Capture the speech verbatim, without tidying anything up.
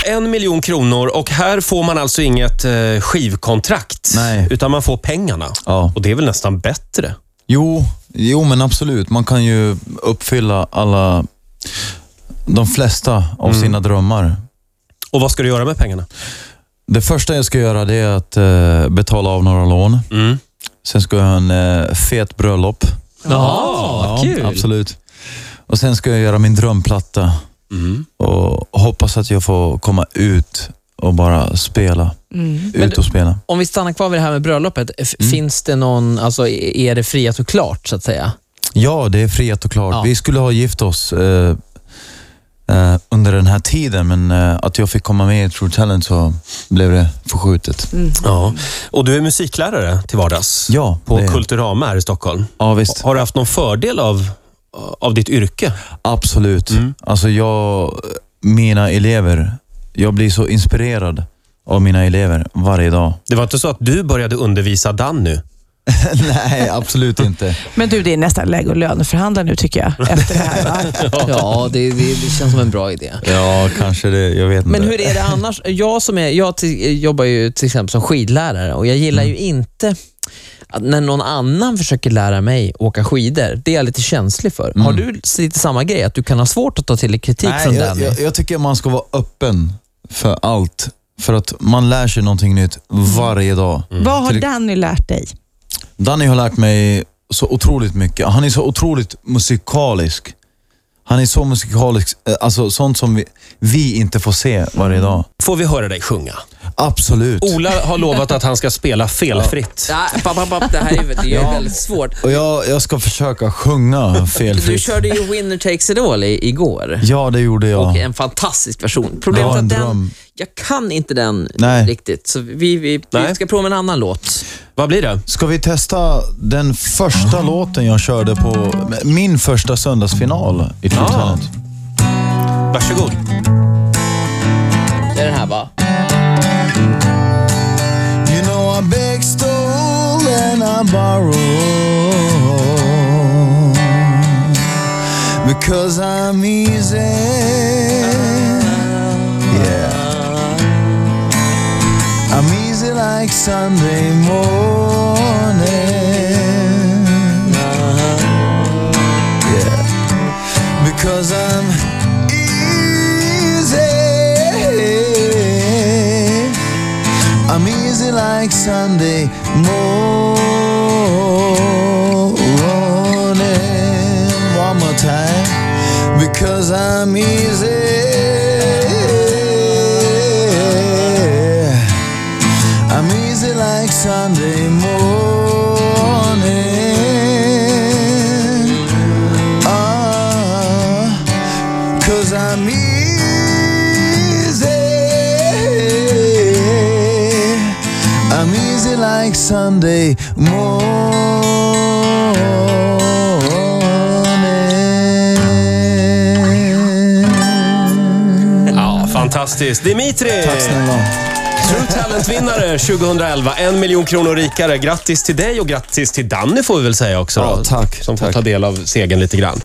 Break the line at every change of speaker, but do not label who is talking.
en miljon kronor och här får man alltså inget eh, skivkontrakt.
Nej.
Utan man får pengarna.
Ja.
Och det är väl nästan bättre?
Jo, jo, men absolut. Man kan ju uppfylla alla, de flesta av mm. sina drömmar.
Och vad ska du göra med pengarna?
Det första jag ska göra det är att eh, betala av några lån. Mm. Sen ska jag ha en eh, fet bröllop.
Ja, ja, kul.
Absolut. Och sen ska jag göra min drömplatta. Mm. Och hoppas att jag får komma ut och bara spela. Mm. Ut och spela.
Om vi stannar kvar vid det här med bröllopet. F- mm. Finns det någon, alltså är det friat och klart så att säga?
Ja, det är friat och klart.
Ja.
Vi skulle ha gift oss eh, eh, under den här tiden, men eh, att jag fick komma med i True Talent så blev det förskjutet.
Mm. Ja. Och du är musiklärare till vardags.
Ja,
på Kulturama här i Stockholm.
Ja, visst.
Har du haft någon fördel av, av ditt yrke?
Absolut. Mm. Alltså jag, mina elever, jag blir så inspirerad av mina elever varje dag.
Det var inte så att du började undervisa Danny?
Nej, absolut inte.
Men du, det är nästan läge att löneförhandla nu tycker jag, efter det här, va?
Ja, det, det, det känns som en bra idé.
Ja, kanske det, jag vet inte.
Men hur är det annars? Jag, som är, jag t- jobbar ju till exempel som skidlärare och jag gillar mm. ju inte att när någon annan försöker lära mig åka skidor. Det är jag lite känslig för. Mm. Har du lite samma grej, att du kan ha svårt att ta till kritik
Nej,
från
jag,
den?
Jag, jag tycker man ska vara öppen för allt. För att man lär sig någonting nytt varje dag.
Mm. Vad har Danny lärt dig?
Danny har lärt mig så otroligt mycket. Han är så otroligt musikalisk. Han är så musikalisk, alltså sånt som vi, vi inte får se varje dag.
Får vi höra dig sjunga?
Absolut.
Ola har lovat att han ska spela felfritt.
Ja, papp, papp, papp, det här är, det är ja. väldigt svårt.
Och jag, jag ska försöka sjunga felfritt.
Du körde ju Winner Takes It All i, igår.
Ja, det gjorde jag.
Och en fantastisk version. Problemet är att den, jag kan inte den Nej. riktigt. Så vi, vi, vi ska prova med en annan låt.
Vad blir det?
Ska vi testa den första mm. låten jag körde på min första söndagsfinal i True Talent?
Varsågod.
Det är den här, va?
You know I beg, stole and I borrow because I'm easy. Yeah, I'm easy like Sunday morning. Yeah, because I'm easy. I'm easy like Sunday morning. One more time. Because I'm easy. I'm easy like Sunday morning. Ah, 'cause I'm easy. I'm easy like Sunday morning.
Ja, fantastiskt. Dimitri!
Tack snälla.
True Talent-vinnare tjugohundraelva, en miljon kronor rikare. Grattis till dig och grattis till Danny får vi väl säga också.
Ja,
då,
tack.
Som får
tack.
ta del av segern lite grann.